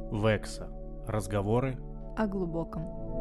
Векса. Разговоры о глубоком.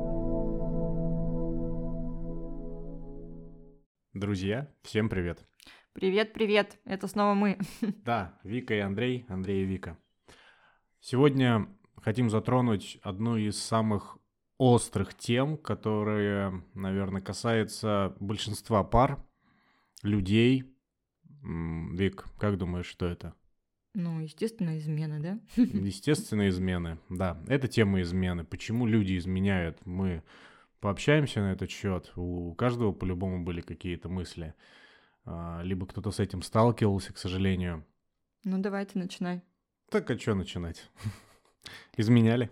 Друзья, всем привет. Привет, это снова мы. Да, Вика и Андрей, Андрей и Вика. Сегодня хотим затронуть одну из самых острых тем, которая, наверное, касается большинства пар, людей. Вик, как думаешь, что это? Ну, естественно, измены, да? Естественно, измены. Да, это тема измены. Почему люди изменяют? Мы пообщаемся на этот счет. У каждого по-любому были какие-то мысли. Либо кто-то с этим сталкивался, к сожалению. Ну, давайте, начинай. Так, а что начинать? Изменяли?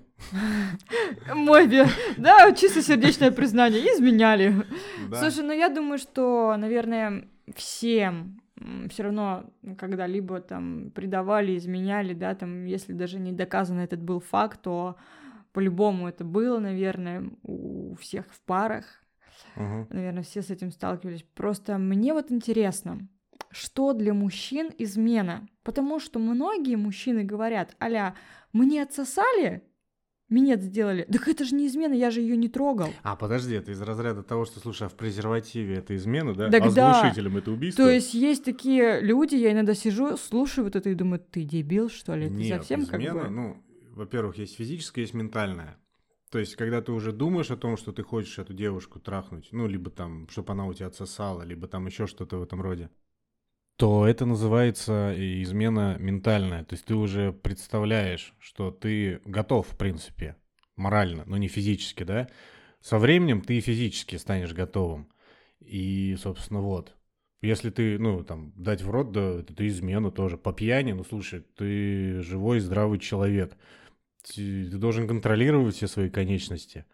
Да, чистосердечное признание, изменяли. Да. Слушай, ну я думаю, что, наверное, всем все равно когда-либо там предавали, изменяли, да, там, если даже не доказан этот был факт, то по-любому это было, наверное, у всех в парах. Угу. Наверное, все с этим сталкивались. Просто мне вот интересно, что для мужчин измена? Потому что многие мужчины говорят: аля, мне отсосали, минет сделали. Так это же не измена, я же ее не трогал. Подожди, это из разряда того, что, слушай, а в презервативе это измена, да? Так А с да. глушителем это убийство? То есть есть такие люди, я иногда сижу, слушаю вот это и думаю: ты дебил, что ли? Ты Нет, совсем измена, как бы... во-первых, есть физическая, есть ментальная. То есть, когда ты уже думаешь о том, что ты хочешь эту девушку трахнуть, либо там, чтобы она у тебя отсосала, либо там еще что-то в этом роде, то это называется измена ментальная. То есть ты уже представляешь, что ты готов, в принципе, морально, но не физически, да? Со временем ты и физически станешь готовым. И, собственно, вот. Если ты, дать в рот, да, это измена тоже. По пьяни, слушай, ты живой, здравый человек. Ты должен контролировать все свои конечности.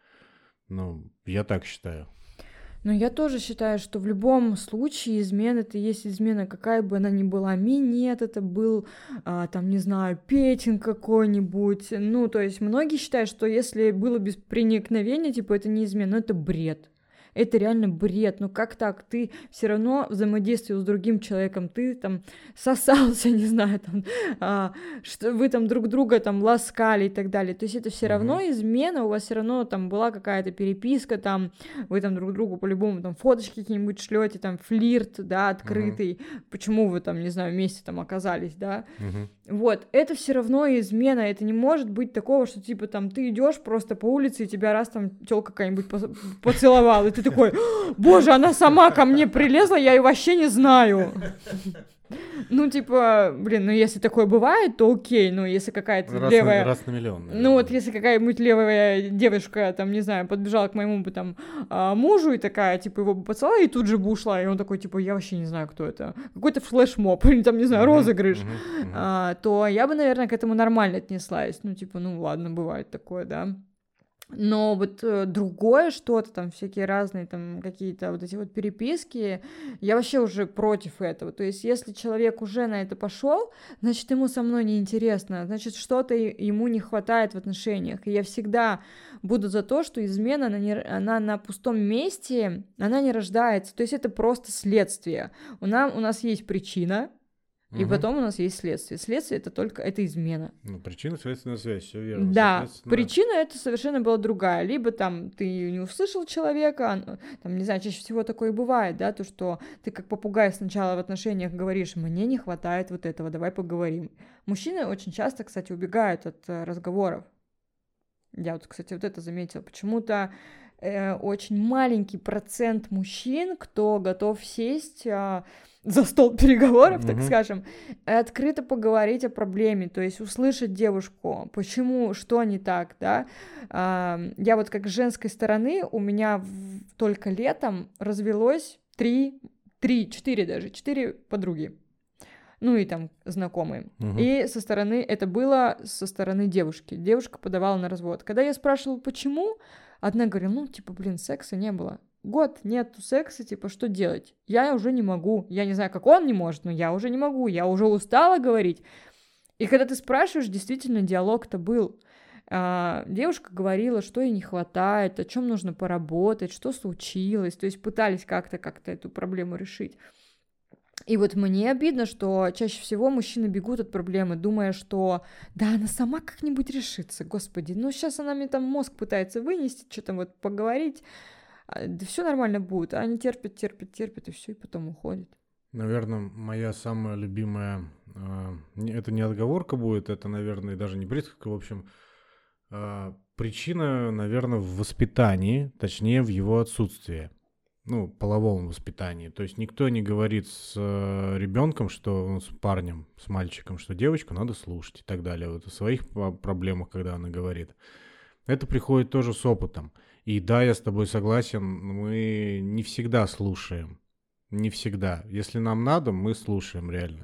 Я так считаю. Но я тоже считаю, что в любом случае измена — это есть измена, какая бы она ни была. Минет это был, там, не знаю, петинг какой-нибудь. Ну, то есть многие считают, что если было без проникновения, типа, это не измена, но это бред. Это реально бред. Ну как так? Ты все равно взаимодействовал с другим человеком, ты там сосался, не знаю, там, что вы там друг друга там ласкали и так далее. То есть это все равно измена, у вас все равно там была какая-то переписка, там вы там друг другу по-любому там фоточки какие-нибудь шлете, там флирт, да, открытый. Почему вы там, не знаю, вместе там оказались, да? Вот, это все равно измена, это не может быть такого, что типа там ты идешь просто по улице и тебя раз там тёлка какая-нибудь поцеловала, и ты такой: боже, она сама ко мне прилезла, я ее вообще не знаю. Ну, типа, если такое бывает, то окей, если какая-то левая... Раз на миллион. Наверное. Вот если какая-нибудь левая девушка, там, не знаю, подбежала к моему бы там мужу и такая, типа, его бы поцеловала, и тут же бы ушла, и он такой, типа, я вообще не знаю, кто это, какой-то флешмоб, или там, не знаю, розыгрыш, то я бы, наверное, к этому нормально отнеслась. Ладно, бывает такое, да. Но вот другое что-то, там всякие разные там какие-то вот эти вот переписки, я вообще уже против этого. То есть если человек уже на это пошел, значит, ему со мной неинтересно, значит, что-то ему не хватает в отношениях. И я всегда буду за то, что измена, она на пустом месте, она не рождается. То есть это просто следствие. У нас есть причина, и потом у нас есть следствие. Следствие — это измена. Причина, следственная связь, все верно. Да, причина это совершенно была другая. Либо там ты не услышал человека, там, не знаю, чаще всего такое и бывает, да, то, что ты как попугай сначала в отношениях говоришь: мне не хватает вот этого, давай поговорим. Мужчины очень часто, кстати, убегают от разговоров. Я вот, кстати, вот это заметила. Почему-то очень маленький процент мужчин, кто готов сесть за стол переговоров, так скажем, открыто поговорить о проблеме, то есть услышать девушку, почему, что не так, да. Я вот как с женской стороны, у меня только летом развелось 4 подруги. И там знакомые. И это было со стороны девушки. Девушка подавала на развод. Когда я спрашивала, почему, одна говорила: секса не было. Год нету секса, что делать? Я уже не могу. Я не знаю, как он не может, но я уже не могу. Я уже устала говорить. И когда ты спрашиваешь, действительно, диалог-то был. Девушка говорила, что ей не хватает, о чем нужно поработать, что случилось. То есть пытались как-то эту проблему решить. И вот мне обидно, что чаще всего мужчины бегут от проблемы, думая, что да, она сама как-нибудь решится, господи, ну сейчас она мне там мозг пытается вынести, что-то вот поговорить, да все нормально будет, а они терпят, и все, и потом уходят. Наверное, моя самая любимая, это не отговорка будет, это, наверное, даже не присказка, в общем, причина, наверное, в воспитании, точнее, в его отсутствии. Ну, половом воспитании. То есть никто не говорит с ребенком, что с парнем, с мальчиком, что девочку надо слушать и так далее. Вот о своих проблемах, когда она говорит. Это приходит тоже с опытом. И да, я с тобой согласен, мы не всегда слушаем. Не всегда. Если нам надо, мы слушаем реально.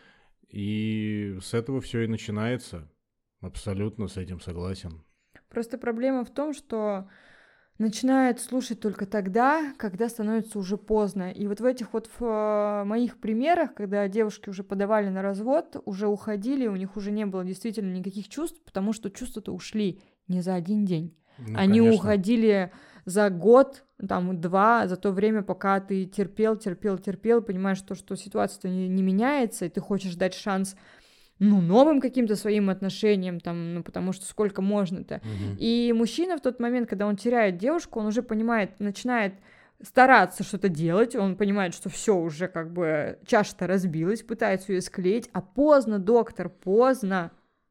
И с этого все и начинается. Абсолютно с этим согласен. Просто проблема в том, что начинает слушать только тогда, когда становится уже поздно. И вот в этих вот моих примерах, когда девушки уже подавали на развод, уже уходили, у них уже не было действительно никаких чувств, потому что чувства-то ушли не за один день. Ну, Они конечно. уходили за год, там, 2, за то время, пока ты терпел, понимаешь, что ситуация-то не меняется, и ты хочешь дать шанс новым каким-то своим отношениям, там, потому что сколько можно-то. И мужчина в тот момент, когда он теряет девушку, он уже понимает, начинает стараться что-то делать, он понимает, что все уже как бы чаша-то разбилась, пытается ее склеить, а поздно, доктор, поздно.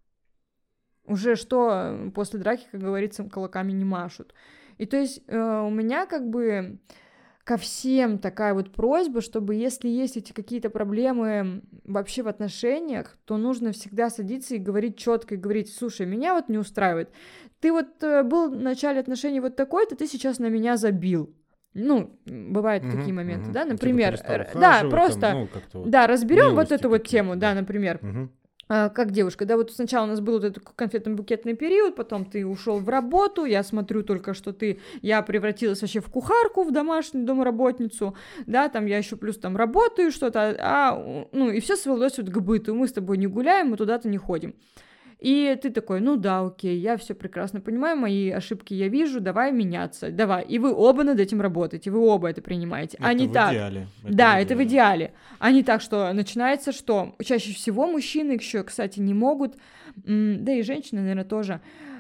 Уже что после драки, как говорится, кулаками не машут. И то есть у меня как бы ко всем такая вот просьба, чтобы если есть эти какие-то проблемы вообще в отношениях, то нужно всегда садиться и говорить четко, и говорить: слушай, меня вот не устраивает. Ты вот был в начале отношений вот такой-то, ты сейчас на меня забил. Ну, бывают такие моменты, да, например, типа да, просто, там, вот да, разберем вот милости эту вот какие-то, тему, да, например. Как девушка, да, вот сначала у нас был вот этот конфетно-букетный период, потом ты ушел в работу, я смотрю только, что я превратилась вообще в кухарку, в домашнюю домработницу, да, там я еще плюс там работаю что-то, и все свелось вот к быту, мы с тобой не гуляем, мы туда-то не ходим. И ты такой: ну да, окей, я все прекрасно понимаю, мои ошибки я вижу, давай меняться, давай. И вы оба над этим работаете, вы оба это принимаете. Это не в так. идеале. Это в идеале. А не так, что начинается, что чаще всего мужчины еще, кстати, не могут, да и женщины, наверное, тоже,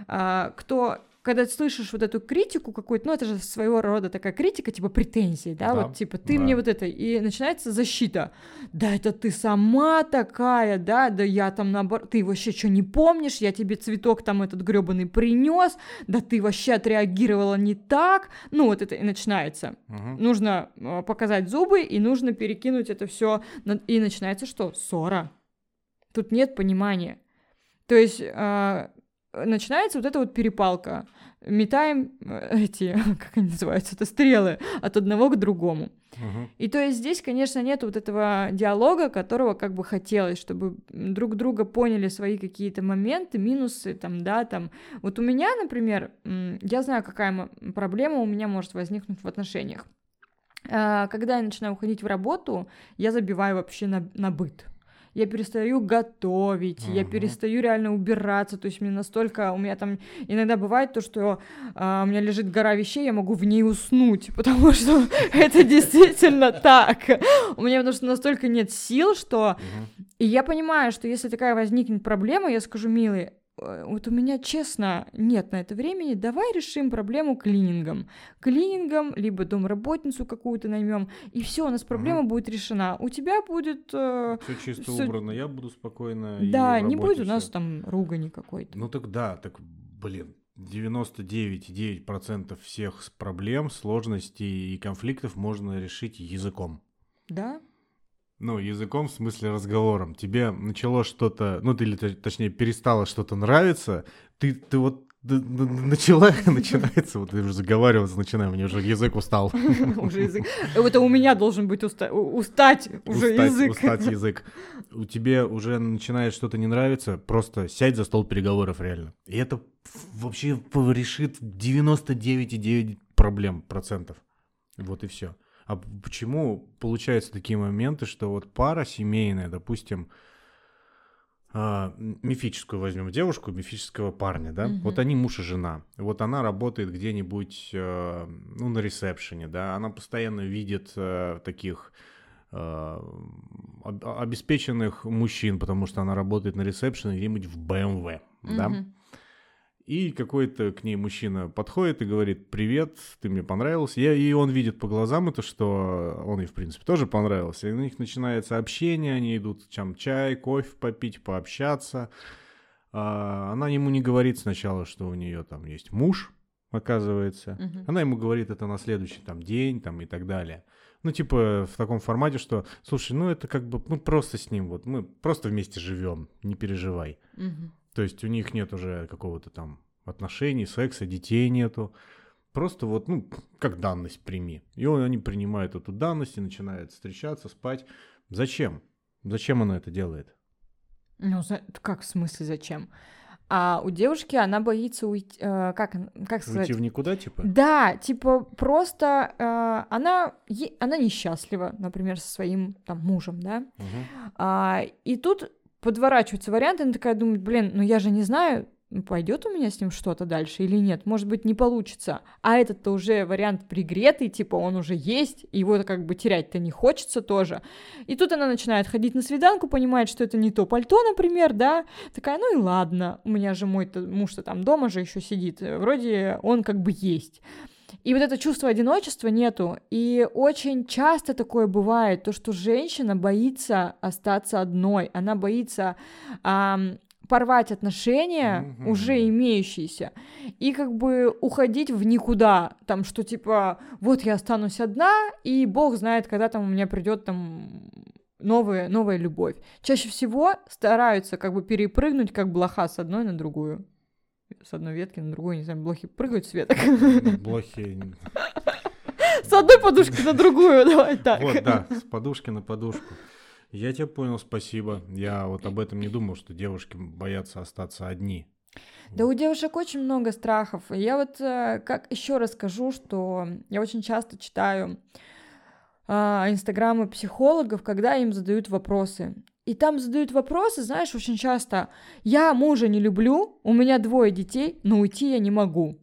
когда ты слышишь вот эту критику какую-то, это же своего рода такая критика, типа претензии, да, вот типа ты мне вот это, и начинается защита. Да это ты сама такая, да я там наоборот, ты вообще что не помнишь, я тебе цветок там этот гребаный принес, да ты вообще отреагировала не так, вот это и начинается. Нужно показать зубы, и нужно перекинуть это все, и начинается что? Ссора. Тут нет понимания. То есть начинается вот эта вот перепалка. Метаем как они называются, это стрелы от одного к другому. И то есть здесь, конечно, нет вот этого диалога, которого как бы хотелось, чтобы друг друга поняли свои какие-то моменты, минусы, там. Вот у меня, например, я знаю, какая проблема у меня может возникнуть в отношениях. Когда я начинаю уходить в работу, я забиваю вообще на быт. Я перестаю готовить, я перестаю реально убираться, то есть у меня там иногда бывает то, что у меня лежит гора вещей, я могу в ней уснуть, потому что это действительно так. У меня потому что настолько нет сил, что... И я понимаю, что если такая возникнет проблема, я скажу: милый, вот у меня, честно, нет на это времени, давай решим проблему клинингом, либо домработницу какую-то наймем, и все, у нас проблема будет решена. У тебя будет... все чисто убрано, я буду спокойно. Да, не будет у нас там ругани какой-то. Ну тогда, 99,9% всех проблем, сложностей и конфликтов можно решить языком. Да? Языком в смысле разговором. Тебе начало что-то, точнее, перестало что-то нравиться, ты вот начинается, вот ты уже заговариваться начинаю, мне уже язык устал. Уже язык. Это у меня должен быть устать язык. Устать язык. У тебя уже начинает что-то не нравиться, просто сядь за стол переговоров реально. И это вообще решит 99,9% процентов. Вот и все. А почему получаются такие моменты, что вот пара семейная, допустим, мифическую возьмем девушку, мифического парня, да, вот они муж и жена, вот она работает где-нибудь, на ресепшене, да, она постоянно видит таких обеспеченных мужчин, потому что она работает на ресепшене где-нибудь в BMW, да? Мгм. И какой-то к ней мужчина подходит и говорит: «Привет, ты мне понравился». И он видит по глазам это, что он ей, в принципе, тоже понравился. И у них начинается общение, они идут чай, кофе попить, пообщаться. Она ему не говорит сначала, что у нее там есть муж, оказывается. Мгм. Она ему говорит это на следующий там день там и так далее. Ну, типа в таком формате, что, слушай, ну это как бы мы просто с ним вот, мы просто вместе живем, не переживай. Мгм. То есть у них нет уже какого-то там отношений, секса, детей нету. Просто вот, ну, как данность прими. И они принимают эту данность и начинают встречаться, спать. Зачем? Зачем она это делает? Ну, как в смысле зачем? А у девушки она боится уйти, как Уйти сказать? в никуда, типа? Да, типа просто она несчастлива, например, со своим там мужем, да. Угу. И тут подворачиваются варианты, она такая думает, блин, ну я же не знаю, пойдет у меня с ним что-то дальше или нет, может быть, не получится. А этот-то уже вариант пригретый, типа он уже есть, его как бы терять-то не хочется тоже. И тут она начинает ходить на свиданку, понимает, что это не то пальто, например, да, такая, ну и ладно, у меня же мой-то муж-то там дома же еще сидит, вроде он как бы есть. И вот это чувство одиночества нету. И очень часто такое бывает, то, что женщина боится остаться одной, она боится порвать отношения, уже имеющиеся, и как бы уходить в никуда, там, что типа, вот я останусь одна, и бог знает, когда там у меня придет там новая любовь. Чаще всего стараются как бы перепрыгнуть, как блоха, с одной на другую. С одной ветки на другую, не знаю, блохи прыгают с веток. Блохи. С одной подушки на другую, давай так. Вот, да, с подушки на подушку. Я тебя понял, спасибо. Я вот об этом не думал, что девушки боятся остаться одни. Да у девушек очень много страхов. Я вот как еще расскажу, что я очень часто читаю инстаграмы психологов, когда им задают вопросы. И там задают вопросы, знаешь, очень часто: я мужа не люблю, у меня 2 детей, но уйти я не могу.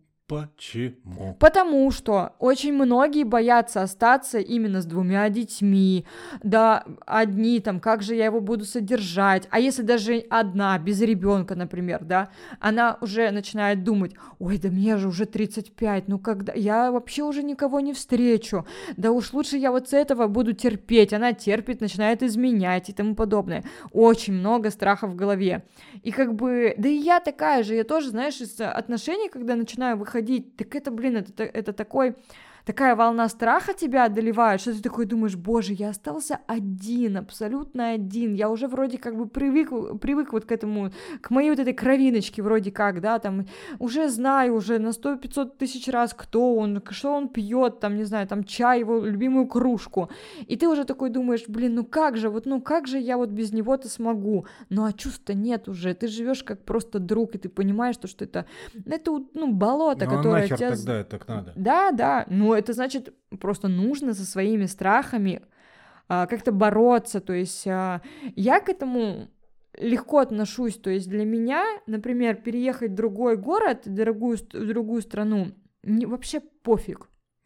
Почему? Потому что очень многие боятся остаться именно с 2 детьми, да, одни там, как же я его буду содержать, а если даже одна, без ребенка, например, да, она уже начинает думать: ой, да мне же уже 35, ну когда, я вообще уже никого не встречу, да уж лучше я вот с этого буду терпеть, она терпит, начинает изменять и тому подобное, очень много страхов в голове, и как бы, да и я такая же, я тоже, знаешь, из отношений, когда начинаю выходить, так это, блин, это такая волна страха тебя одолевает, что ты такой думаешь: боже, я остался один, абсолютно один, я уже вроде как бы привык вот к этому, к моей вот этой кровиночке вроде как, да, там, уже знаю уже на 100-500 тысяч раз, кто он, что он пьет, там, не знаю, там, чай, его любимую кружку, и ты уже такой думаешь: блин, ну как же я вот без него-то смогу, ну а чувств-то нет уже, ты живешь как просто друг, и ты понимаешь, что это ну, болото, Ну, которое нахер тебя... тогда это так надо? Да, ну это значит, просто нужно со своими страхами как-то бороться, то есть я к этому легко отношусь, то есть для меня, например, переехать в другой город, в другую страну, вообще пофиг.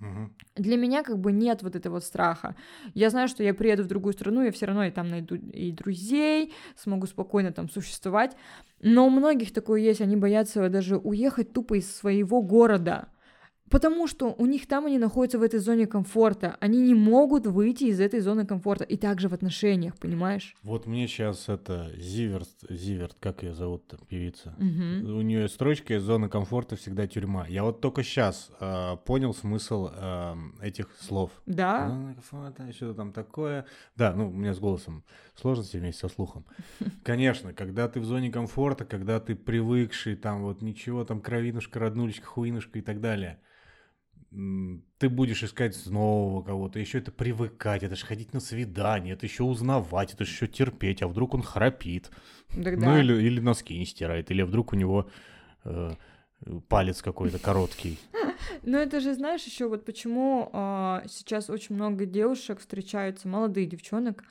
Для меня как бы нет вот этого вот страха. Я знаю, что я приеду в другую страну, я все равно и там найду и друзей, смогу спокойно там существовать. Но у многих такое есть, они боятся даже уехать тупо из своего города. Потому что у них там они находятся в этой зоне комфорта. Они не могут выйти из этой зоны комфорта. И также в отношениях, понимаешь? Вот мне сейчас это Зиверт, как ее зовут, певица? Угу. У нее строчка из зоны комфорта всегда тюрьма. Я вот только сейчас понял смысл этих слов. Да. Зона комфорта, что-то там такое. Да, ну у меня с голосом сложности вместе со слухом. Конечно, когда ты в зоне комфорта, когда ты привыкший, там вот ничего, там кровинушка, роднулечка, хуинушка и так далее, ты будешь искать нового кого-то, еще это привыкать, это же ходить на свидание, это еще узнавать, это же еще терпеть, а вдруг он храпит, ну или носки не стирает, или вдруг у него палец какой-то короткий. Ну это же, знаешь, еще вот почему сейчас очень много девушек встречаются, молодых девчонок,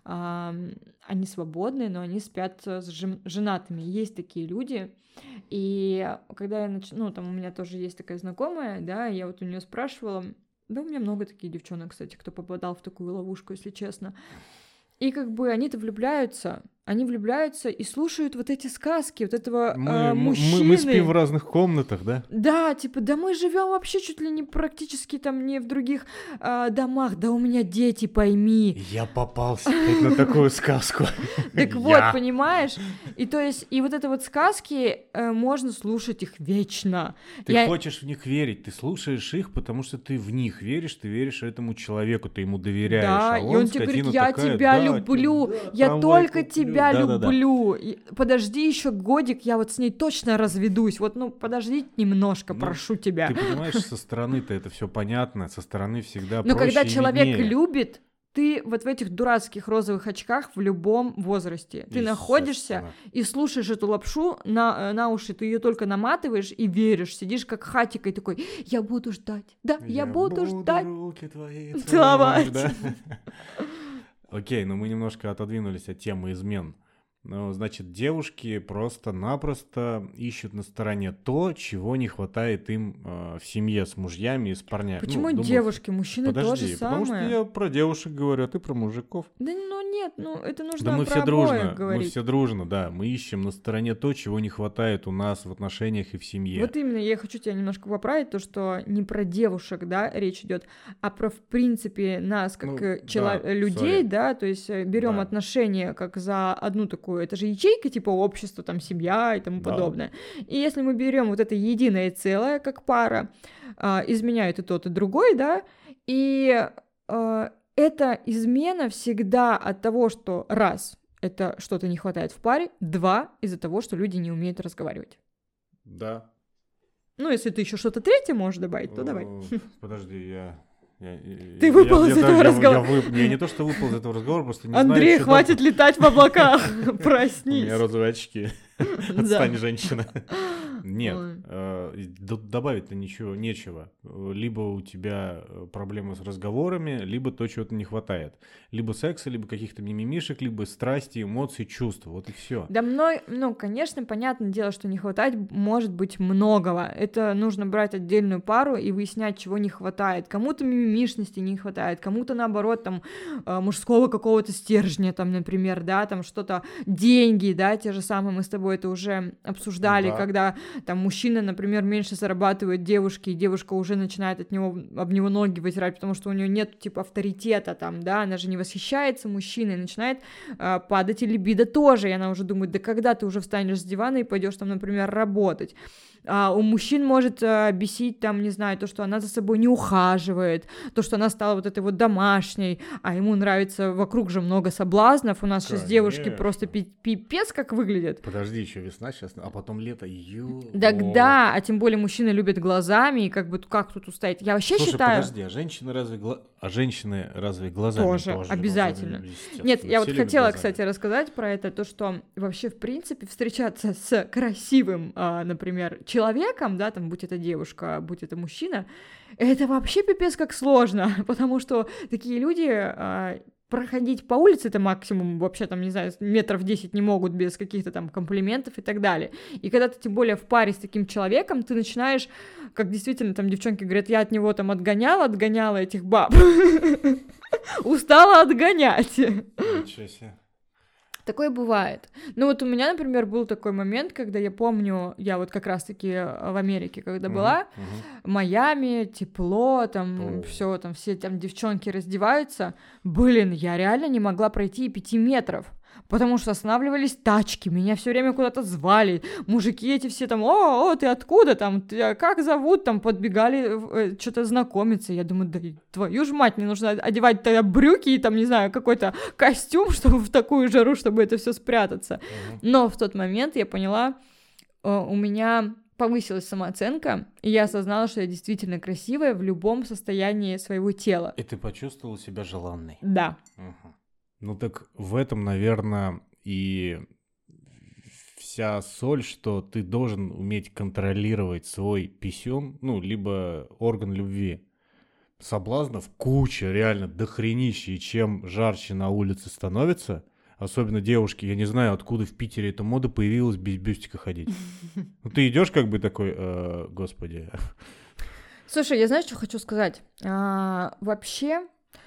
они свободные, но они спят с женатыми. Есть такие люди. И когда я там у меня тоже есть такая знакомая, да, я вот у нее спрашивала, Да, у меня много таких девчонок, кстати, кто попадал в такую ловушку, если честно. И как бы они-то влюбляются и слушают вот эти сказки вот этого Мы спим в мужчины. разных комнатах, да? Да, типа, да мы живем вообще чуть ли не практически там не в других домах, да у меня дети, пойми. Я попался опять на такую сказку. Так вот, Я. понимаешь? И то есть, и вот это вот сказки, можно слушать их вечно. Ты Я- хочешь в них верить, ты слушаешь их, потому что ты в них веришь, ты веришь этому человеку, ты ему доверяешь. Да, А и он тебе говорит, скотина я такая, тебя да, люблю, да, я трамвай только куплю. тебя Да-да-да. люблю. Подожди еще годик, я вот с ней точно разведусь. Вот, ну, подожди немножко, Ну, прошу тебя. Ты понимаешь, со стороны-то это все понятно, со стороны всегда Но проще когда и человек виднее. любит, ты вот в этих дурацких розовых очках в любом возрасте. Ты находишься Естественно. и слушаешь эту лапшу на уши, ты ее только наматываешь и веришь, сидишь как хатика и такой, я буду ждать, да, я буду ждать. руки твои Целовать. целовать, да? Окей, но мы немножко отодвинулись от темы измен. Ну, значит, девушки просто-напросто ищут на стороне то, чего не хватает им в семье с мужьями и с парнями. Почему думаю, девушки, мужчины то же Подожди, потому что самое? я про девушек говорю, а ты про мужиков. Да ну нет, ну это нужно Да мы про все обоих дружно, мы говорить. все дружно, да. Мы ищем на стороне то, чего не хватает у нас в отношениях и в семье. Вот именно, я хочу тебя немножко поправить, то, что не про девушек, да, речь идет, а про, в принципе, нас, как Ну, да, людей, sorry. да, то есть берем Да. отношения как за одну такую, это же ячейка, типа общество, там, семья и тому Да. подобное. И если мы берем вот это единое целое, как пара, изменяют и тот, и другой, да, и эта измена всегда от того, что раз, это что-то не хватает в паре, два, из-за того, что люди не умеют разговаривать. Да. Ну, если ты еще что-то третье можешь добавить, то давай. Подожди, Ты выпал из этого разговора. Я не то, что выпал из этого разговора, просто не Андрей, знаю, что хватит там. летать в облаках. У Проснись. меня розовые очки. Да. Отстань, женщина. Нет, Ой. добавить-то ничего нечего. Либо у тебя проблемы с разговорами, либо то, чего-то не хватает. Либо секса, либо каких-то мимимишек, либо страсти, эмоций, чувств. Вот и все. Да ну, конечно, понятное дело, что не хватать может быть многого. Это нужно брать отдельную пару и выяснять, чего не хватает. Кому-то мимимишности не хватает, кому-то, наоборот, там, мужского какого-то стержня, там, например, да, там что-то, деньги, да, те же самые, мы с тобой это уже обсуждали, Да. когда там мужчина, например, меньше зарабатывает девушки, и девушка уже начинает об него ноги вытирать, потому что у нее нет, типа, авторитета там, да, она же не восхищается мужчиной, начинает падать и либидо тоже, и она уже думает, да когда ты уже встанешь с дивана и пойдешь там, например, работать. У мужчин может бесить, там, не знаю, то, что она за собой не ухаживает, то, что она стала вот этой вот домашней, а ему нравится, вокруг же много соблазнов, у нас сейчас девушки Конечно. просто пипец как выглядят. Подожди, еще весна сейчас, а потом лето. Так да, а тем более мужчины любят глазами, и как бы как тут устоять. Я вообще Слушай, считаю... подожди, а женщины разве глазами Тоже, обязательно. должны, естественно. Нет, я вот Все любят хотела, глазами. кстати, рассказать про это, то, что вообще, в принципе, встречаться с красивым, например, человеком, да, там, будь это девушка, будь это мужчина, это вообще пипец как сложно, потому что такие люди... проходить по улице это максимум, вообще там, не знаю, метров 10 не могут без каких-то там комплиментов и так далее. И когда ты тем более в паре с таким человеком, ты начинаешь, как действительно там девчонки говорят, я от него там отгоняла этих баб. Устала отгонять. Ничего себе. Такое бывает. Ну вот у меня, например, был такой момент, когда я помню, я вот как раз-таки в Америке, когда была, Майами, тепло, там все, там все там девчонки раздеваются. Блин, я реально не могла пройти и 5 метров. Потому что останавливались тачки, меня все время куда-то звали, мужики эти все там, о, ты откуда там, тебя как зовут, там подбегали что-то знакомиться, я думаю, да твою ж мать, мне нужно одевать тогда брюки и там, не знаю, какой-то костюм, чтобы в такую жару, чтобы это все спрятаться. Но в тот момент я поняла, у меня повысилась самооценка, и я осознала, что я действительно красивая в любом состоянии своего тела. И ты почувствовал себя желанной. Да. Ну так в этом, наверное, и вся соль, что ты должен уметь контролировать свой писюн, ну, либо орган любви. Соблазнов куча, реально, дохренища, и чем жарче на улице становится, особенно девушки, я не знаю, откуда в Питере эта мода появилась без бюстика ходить. Ну, ты идешь как бы такой, господи... Слушай, я знаешь, что хочу сказать? Вообще,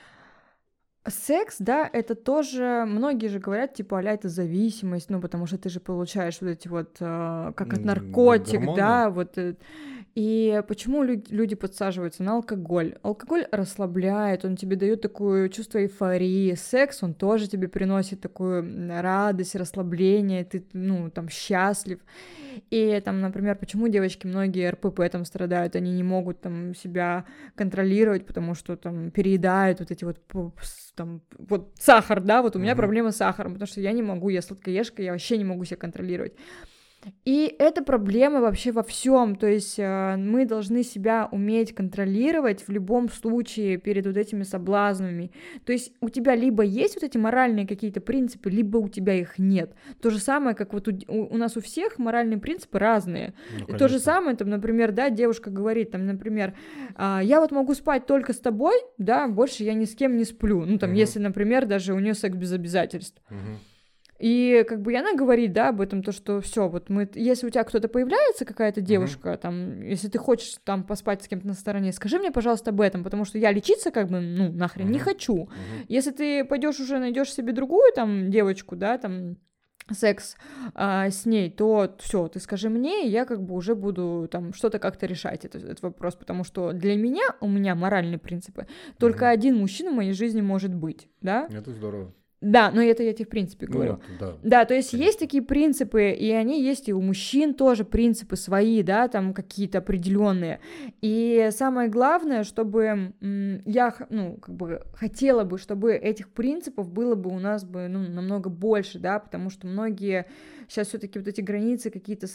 секс, да, это тоже, многие же говорят, типа, а-ля это зависимость, ну, потому что ты же получаешь вот эти вот, как от наркотик, Гормоны? да, вот. И почему люди подсаживаются на алкоголь? Алкоголь расслабляет, он тебе дает такое чувство эйфории. Секс, он тоже тебе приносит такую радость, расслабление, ты, ну, там, счастлив. И там, например, почему девочки многие РПП там страдают, они не могут там себя контролировать, потому что там переедают вот эти вот там, вот сахар, да, вот у меня проблема с сахаром, потому что я не могу, я сладкоежка, я вообще не могу себя контролировать. И это проблема вообще во всем, то есть мы должны себя уметь контролировать в любом случае перед вот этими соблазнами. То есть у тебя либо есть вот эти моральные какие-то принципы, либо у тебя их нет. То же самое, как вот у нас у всех моральные принципы разные. Ну, То же самое, там, например, да, девушка говорит, там, например, я вот могу спать только с тобой, да, больше я ни с кем не сплю. Ну, там, если, например, даже у нее секс без обязательств. И как бы и она говорит, да, об этом, то, что все, вот мы, если у тебя кто-то появляется, какая-то девушка, там, если ты хочешь там поспать с кем-то на стороне, скажи мне, пожалуйста, об этом, потому что я лечиться как бы, ну, нахрен не хочу. Если ты пойдешь уже найдешь себе другую там девочку, да, там, секс с ней, то все, ты скажи мне, и я как бы уже буду там что-то как-то решать этот вопрос, потому что для меня, у меня моральные принципы, только один мужчина в моей жизни может быть, да? Это здорово. Да, но это я тебе в принципе говорю. Вот, да. Да, то есть есть такие принципы, и они есть и у мужчин тоже принципы свои, да, там какие-то определенные. И самое главное, чтобы я, ну, как бы хотела бы, чтобы этих принципов было бы у нас бы, ну, намного больше, да, потому что многие сейчас все-таки вот эти границы какие-то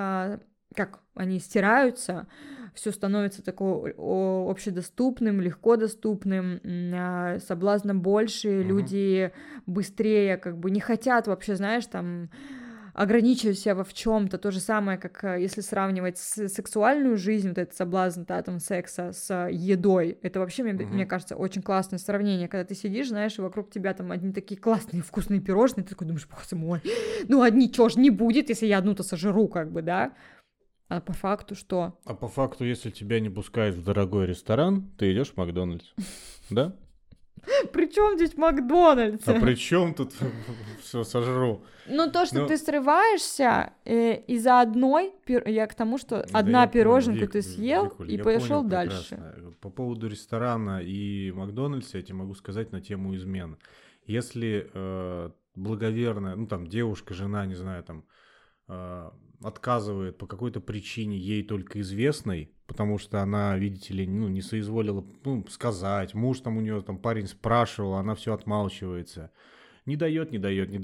как они стираются, все становится такое общедоступным, легко доступным, соблазна больше, люди быстрее как бы не хотят вообще, знаешь, там ограничивать себя в чем-то. То же самое, как если сравнивать сексуальную жизнь, вот этот соблазн, да, там, секса с едой. Это вообще, мне кажется, очень классное сравнение, когда ты сидишь, знаешь, и вокруг тебя там одни такие классные вкусные пирожные, ты такой думаешь, боже мой, ну одни чё ж не будет, если я одну-то сожру, как бы, да? А по факту что? А по факту, если тебя не пускают в дорогой ресторан, ты идешь в Макдональдс, да? При чем здесь Макдональдс? А при чем тут все сожру? Ну, то, что ты срываешься из-за одной, я к тому, что одна пироженку ты съел и пошел дальше. По поводу ресторана и Макдональдса я тебе могу сказать на тему измен. Если благоверная, ну там девушка, жена, не знаю, там отказывает по какой-то причине ей только известной, потому что она, видите ли, ну, не соизволила сказать, муж там у нее, там парень спрашивал, она все отмалчивается. Не дает,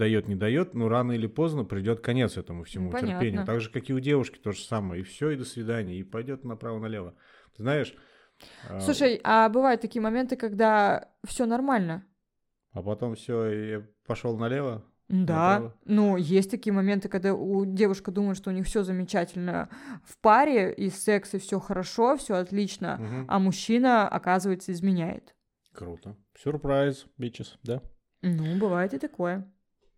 но рано или поздно придет конец этому всему терпению. Так же, как и у девушки, то же самое. И все, и до свидания, и пойдет направо-налево. Ты знаешь... Слушай, а бывают такие моменты, когда все нормально? А потом все, и пошел налево? Да, направо? ну, есть такие моменты, когда девушка думает, что у них все замечательно в паре, и секс, и все хорошо, все отлично, а мужчина, оказывается, изменяет. Круто. Сюрприз, bitches, да? Ну, бывает и такое.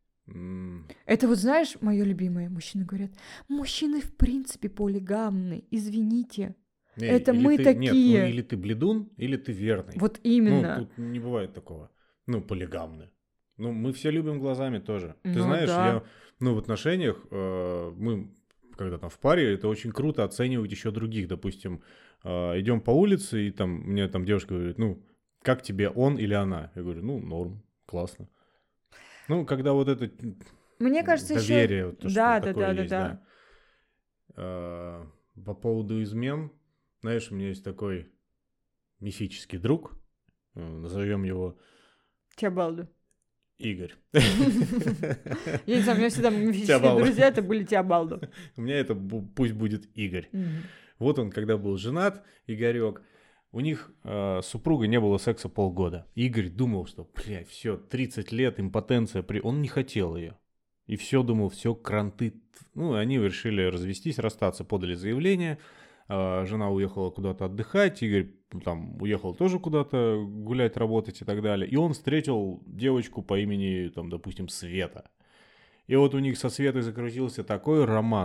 Это вот, знаешь, мое любимое, мужчины говорят, мужчины в принципе полигамны, извините. Это мы такие. Нет, ну, или ты бледун, или ты верный. Вот именно. Ну, тут не бывает такого. Ну, полигамны. Ну, мы все любим глазами тоже. Ну, ты знаешь, да. в отношениях мы, когда там в паре, это очень круто оценивать еще других. Допустим, идем по улице, и там мне там девушка говорит, ну, как тебе он или она? Я говорю, ну, норм, классно. Ну, когда вот это мне кажется, доверие, еще... вот то, да, что да, такое да, есть, да. По поводу измен, знаешь, у меня есть такой мифический друг, назовем его... Теобалду. Игорь. Я не знаю, у меня всегда мифические друзья, это были Теобалду. У меня это пусть будет Игорь. Вот он, когда был женат, Игорек, у них супруга не было секса полгода. Игорь думал, что, блядь, все, 30 лет, импотенция, он не хотел ее. И все думал, все, кранты. Ну, они решили развестись, расстаться, подали заявление. Жена уехала куда-то отдыхать, Игорь там уехал тоже куда-то гулять, работать и так далее. И он встретил девочку по имени, там, допустим, Света. И вот у них со Светой закрутился такой роман.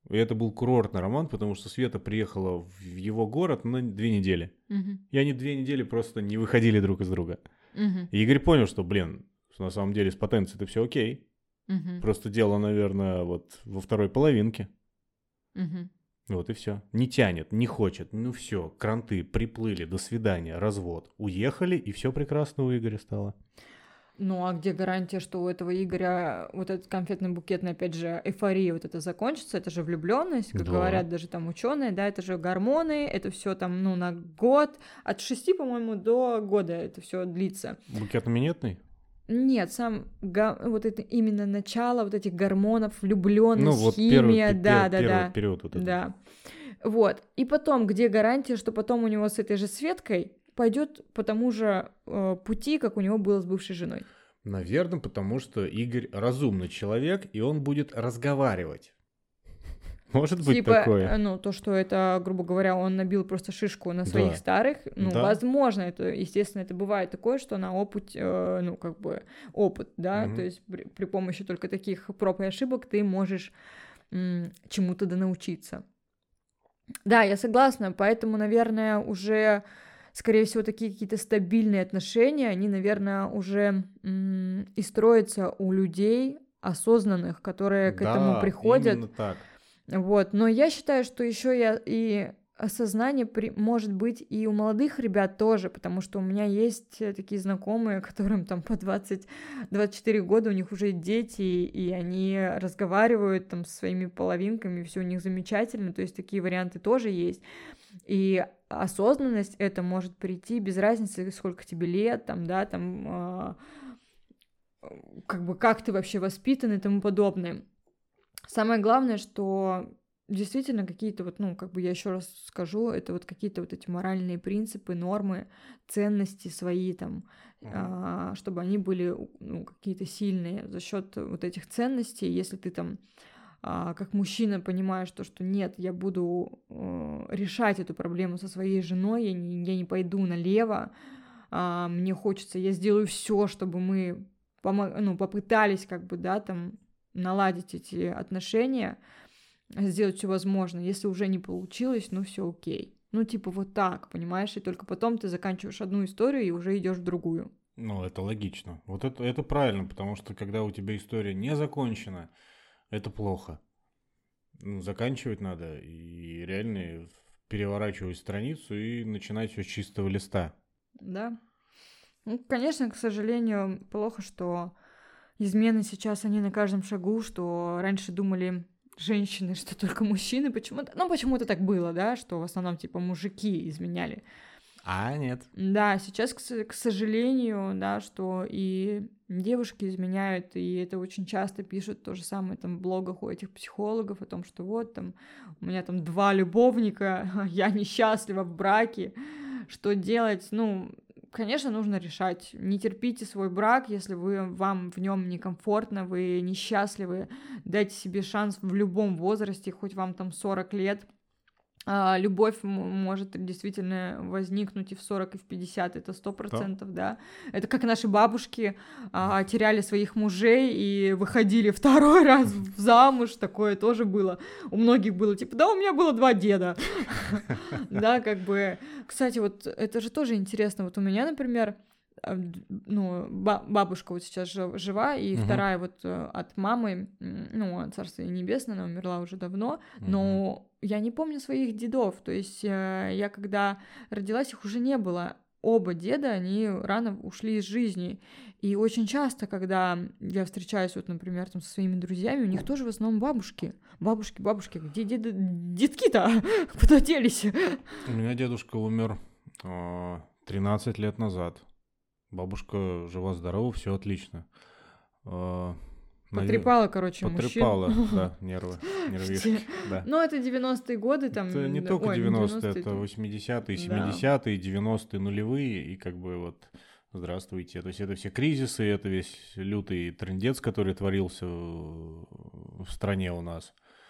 И это был курортный роман, потому что Света приехала в его город на 2 недели. Мгм. И они 2 недели просто не выходили друг из друга. Мгм. И Игорь понял, что, блин, что на самом деле с потенцией это все окей. Мгм. Просто дело, наверное, вот во второй половинке. Мгм. Вот и все. Не тянет, не хочет. Ну все, кранты приплыли, до свидания, развод. Уехали, и все прекрасно у Игоря стало. Ну, а где гарантия, что у этого Игоря вот этот конфетный букет, опять же, эйфория вот это закончится? Это же влюбленность, как Да. говорят даже там ученые, да, это же гормоны, это все там, ну, на год, от 6, по-моему, до года это все длится. Букетно-минетный? Нет, вот это именно начало вот этих гормонов, влюбленность, Ну вот химия, да. первый период вот этот. Да. Вот. И потом, где гарантия, что потом у него с этой же Светкой пойдет по тому же пути, как у него было с бывшей женой? Наверное, потому что Игорь разумный человек, и он будет разговаривать. Может быть такое. Ну, то, что это, грубо говоря, он набил просто шишку на своих Да. старых, ну, Да. возможно, это, естественно, это бывает такое, что на опыт, ну, как бы, опыт, да, Мгм. то есть при помощи только таких проб и ошибок ты можешь чему-то научиться. Да, я согласна, поэтому, наверное, уже, скорее всего, такие какие-то стабильные отношения, они, наверное, уже и строятся у людей осознанных, которые к этому Да, приходят. именно так. Вот, но я считаю, что еще и осознание может быть и у молодых ребят тоже, потому что у меня есть такие знакомые, которым там по 20-24 года, у них уже дети, и они разговаривают там со своими половинками, все у них замечательно, то есть такие варианты тоже есть. И осознанность это может прийти без разницы, сколько тебе лет, там, да, там, как бы как ты вообще воспитан и тому подобное. Самое главное, что действительно какие-то вот, ну, как бы я еще раз скажу, это вот какие-то вот эти моральные принципы, нормы, ценности свои там, чтобы они были, ну, какие-то сильные за счет вот этих ценностей. Если ты там как мужчина понимаешь то, что нет, я буду решать эту проблему со своей женой, я не пойду налево, мне хочется, я сделаю все, чтобы мы попытались как бы, да, там наладить эти отношения, сделать все возможное. Если уже не получилось, ну все окей. Ну типа вот так, понимаешь? И только потом ты заканчиваешь одну историю и уже идешь в другую. Ну, это логично. Вот это правильно, потому что когда у тебя история не закончена, это плохо. Ну, заканчивать надо и реально переворачивать страницу и начинать все с чистого листа. Да. Ну, конечно, к сожалению, плохо, что измены сейчас, они на каждом шагу, что раньше думали женщины, что только мужчины почему-то... Ну, почему-то так было, да, что в основном, типа, мужики изменяли. А, нет. Да, сейчас, к сожалению, да, что и девушки изменяют, и это очень часто пишут то же самое там в блогах у этих психологов о том, что вот там у меня там 2 любовника, я несчастлива в браке, что делать? Ну, конечно, нужно решать. Не терпите свой брак, если вам в нем некомфортно, вы несчастливы, дайте себе шанс в любом возрасте, хоть вам там 40 лет. Любовь может действительно возникнуть и в 40, и в 50, это 100%, да. Это как наши бабушки теряли своих мужей и выходили второй раз замуж, такое тоже было. У многих было типа, да, у меня было 2 деда. Да, как бы... Кстати, вот это же тоже интересно. Вот у меня, например, ну, бабушка вот сейчас жива, и вторая вот от мамы, ну, царство ей небесное, она умерла уже давно, но я не помню своих дедов, то есть я когда родилась, их уже не было. Оба деда, они рано ушли из жизни, и очень часто, когда я встречаюсь, вот, например, там, со своими друзьями, у них тоже в основном бабушки, где детки-то, куда делись? У меня дедушка умер 13 лет назад. Бабушка жива-здорова, все отлично. Потрепала, короче, Потрепала, мужчин. да, нервишки, да. Ну, это 90-е годы, там... Это не только 90-е, это там. 80-е, Да. 70-е, 90-е, нулевые, и как бы вот здравствуйте. То есть это все кризисы, это весь лютый трындец, который творился в стране у нас.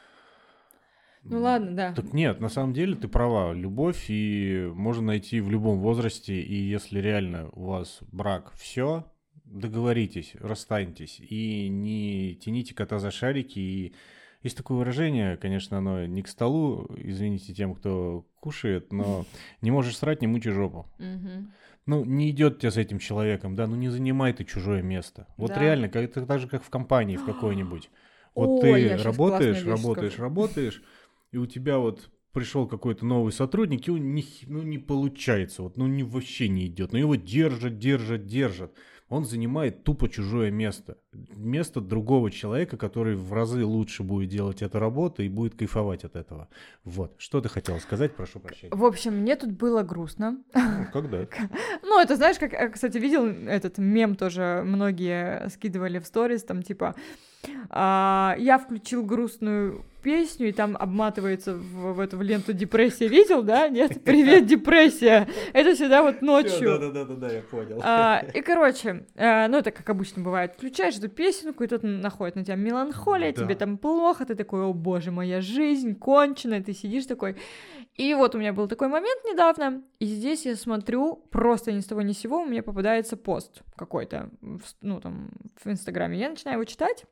Ну ладно, да. Так нет, на самом деле ты права. Любовь и можно найти в любом возрасте, и если реально у вас брак, все, договоритесь, расстаньтесь и не тяните кота за шарики и Есть такое выражение, конечно, оно не к столу, извините тем, кто кушает, но не можешь срать, не мучи жопу. Ну, не идет тебе с этим человеком, да, ну не занимай ты чужое место. Вот Да. реально, это так же, как в компании в какой-нибудь. Вот Ой, я ты сейчас классную вещь работаешь, и у тебя вот пришел какой-то новый сотрудник, и он не получается, вот, вообще не идет. Но его держат. Он занимает тупо чужое место. Место другого человека, который в разы лучше будет делать эту работу и будет кайфовать от этого. Вот. Что ты хотела сказать? Прошу прощения. В общем, мне тут было грустно. Когда? Ну, это знаешь, как, кстати, видел этот мем тоже, многие скидывали в сторис, там типа я включил грустную песню, и там обматывается в эту ленту депрессия. Видел, да? Нет? Привет, депрессия! Это всегда вот ночью. Да, я понял. И, короче, ну, это как обычно бывает. Включаешь эту песенку, и тут находит на тебя меланхолия, Да. тебе там плохо, ты такой, о боже, моя жизнь кончена, ты сидишь такой. И вот у меня был такой момент недавно, и здесь я смотрю, просто ни с того ни с сего у меня попадается пост какой-то, ну, там, в Инстаграме. Я начинаю его читать,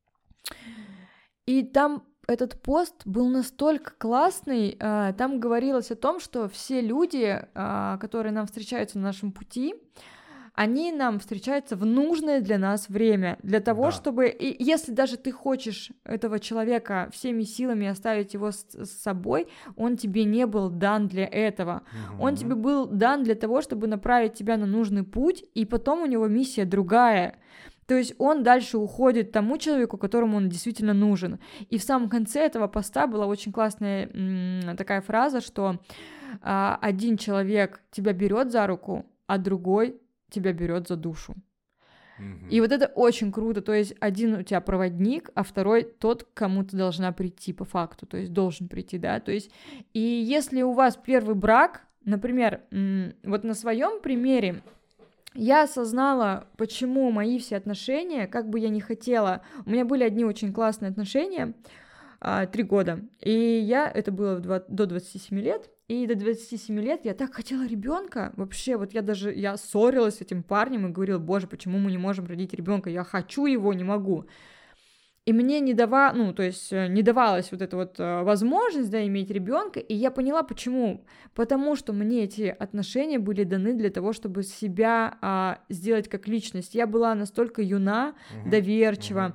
и там этот пост был настолько классный, там говорилось о том, что все люди, которые нам встречаются на нашем пути, они нам встречаются в нужное для нас время, для того, Да. чтобы, и если даже ты хочешь этого человека всеми силами оставить его с собой, он тебе не был дан для этого, он тебе был дан для того, чтобы направить тебя на нужный путь, и потом у него миссия другая. То есть он дальше уходит тому человеку, которому он действительно нужен. И в самом конце этого поста была очень классная такая фраза, что один человек тебя берет за руку, а другой тебя берет за душу. И вот это очень круто. То есть один у тебя проводник, а второй тот, к кому ты должна прийти по факту, то есть должен прийти, да. То есть и если у вас первый брак, например, вот на своем примере, я осознала, почему мои все отношения, как бы я ни хотела, у меня были одни очень классные отношения, 3 года, и это было до 27 лет, и до 27 лет я так хотела ребенка, вообще, вот я ссорилась с этим парнем и говорила, боже, почему мы не можем родить ребенка, я хочу его, не могу. И мне не давалась вот эта вот возможность, да, иметь ребенка, и я поняла, почему. Потому что мне эти отношения были даны для того, чтобы себя сделать как личность. Я была настолько юна, доверчива,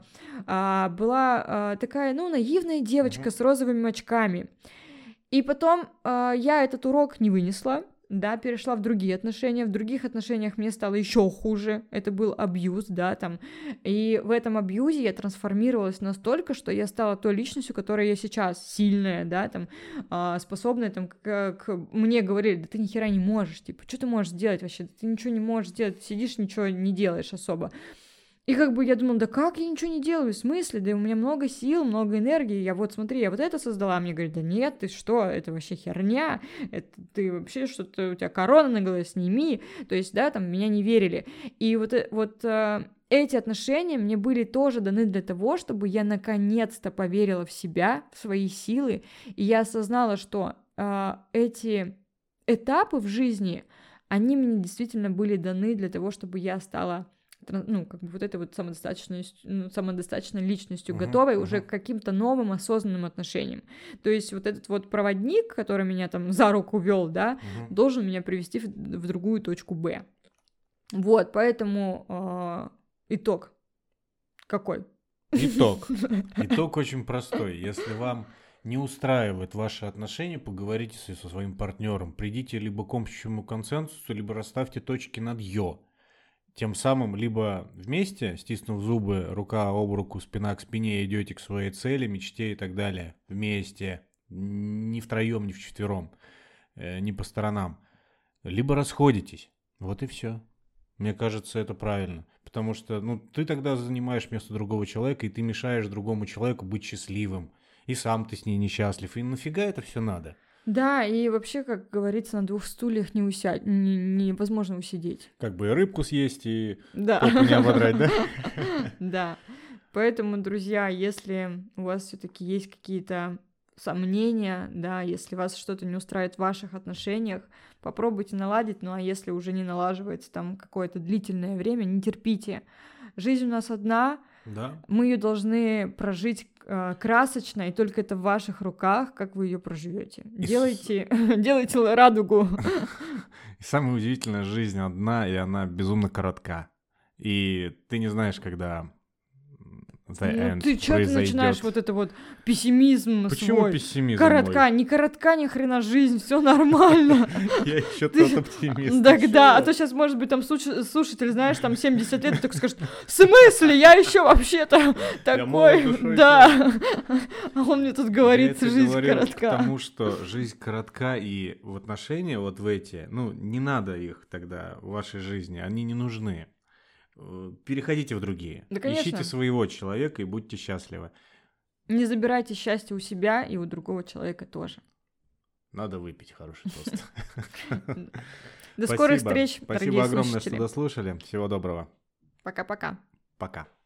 была такая, наивная девочка с розовыми очками. И потом я этот урок не вынесла, да, перешла в другие отношения, в других отношениях мне стало еще хуже, это был абьюз, да, там, и в этом абьюзе я трансформировалась настолько, что я стала той личностью, которая я сейчас, сильная, да, там, способная, там, как мне говорили, да ты ни хера не можешь, типа, что ты можешь сделать вообще, ты ничего не можешь сделать, сидишь, ничего не делаешь особо. И как бы я думала, да как я ничего не делаю, в смысле, да у меня много сил, много энергии, я вот смотри, я вот это создала, мне говорят, да нет, ты что, это вообще херня, это ты вообще что-то, у тебя корона на голове, сними, то есть, да, там, меня не верили, и вот эти отношения мне были тоже даны для того, чтобы я наконец-то поверила в себя, в свои силы, и я осознала, что эти этапы в жизни, они мне действительно были даны для того, чтобы я стала вот этой вот самодостаточной личностью, готовой уже к каким-то новым осознанным отношениям. То есть вот этот вот проводник, который меня там за руку вел, да, должен меня привести в другую точку Б. Вот, поэтому итог какой? Итог очень простой. Если вам не устраивает ваши отношения, поговорите со своим партнером, придите либо к общему консенсусу, либо расставьте точки над «ё». Тем самым либо вместе, стиснув зубы, рука об руку, спина к спине, идете к своей цели, мечте и так далее. Вместе. Не втроем, не вчетвером. Не по сторонам. Либо расходитесь. Вот и все. Мне кажется, это правильно. Потому что ты тогда занимаешь место другого человека, и ты мешаешь другому человеку быть счастливым. И сам ты с ней несчастлив. И нафига это все надо? Да, и вообще, как говорится, на 2 стульях невозможно усидеть. Как бы и рыбку съесть, и попу не ободрать, да? Да. Поэтому, друзья, если у вас все-таки есть какие-то сомнения, да, если вас что-то не устраивает в ваших отношениях, попробуйте наладить, а если уже не налаживается там какое-то длительное время, не терпите. Жизнь у нас одна, Да. мы ее должны прожить красочная, и только это в ваших руках, как вы ее проживете. Делайте радугу. И самое удивительное, жизнь одна, и она безумно коротка. И ты не знаешь, когда the end Ты что ты начинаешь произойдет. вот это вот пессимизм Почему свой? пессимизм Коротка, мой? не коротка ни хрена жизнь, все нормально. Я еще тот оптимист. Так Ты да, а чё? то сейчас, может быть, там слушатель, знаешь, там 70 лет, и только скажет, в смысле, я еще вообще-то Я молод такой, душой, да. А он мне тут Я говорит, это жизнь говорил к коротка. тому, что жизнь коротка, и в отношения вот в эти, ну, не надо их тогда в вашей жизни, они не нужны. Переходите в другие. Да, Ищите конечно. своего человека и будьте счастливы. Не забирайте счастье у себя и у другого человека тоже. Надо выпить хороший тост. До скорых Спасибо. встреч, Спасибо дорогие огромное, что слушатели. дослушали. Всего доброго. Пока-пока. Пока.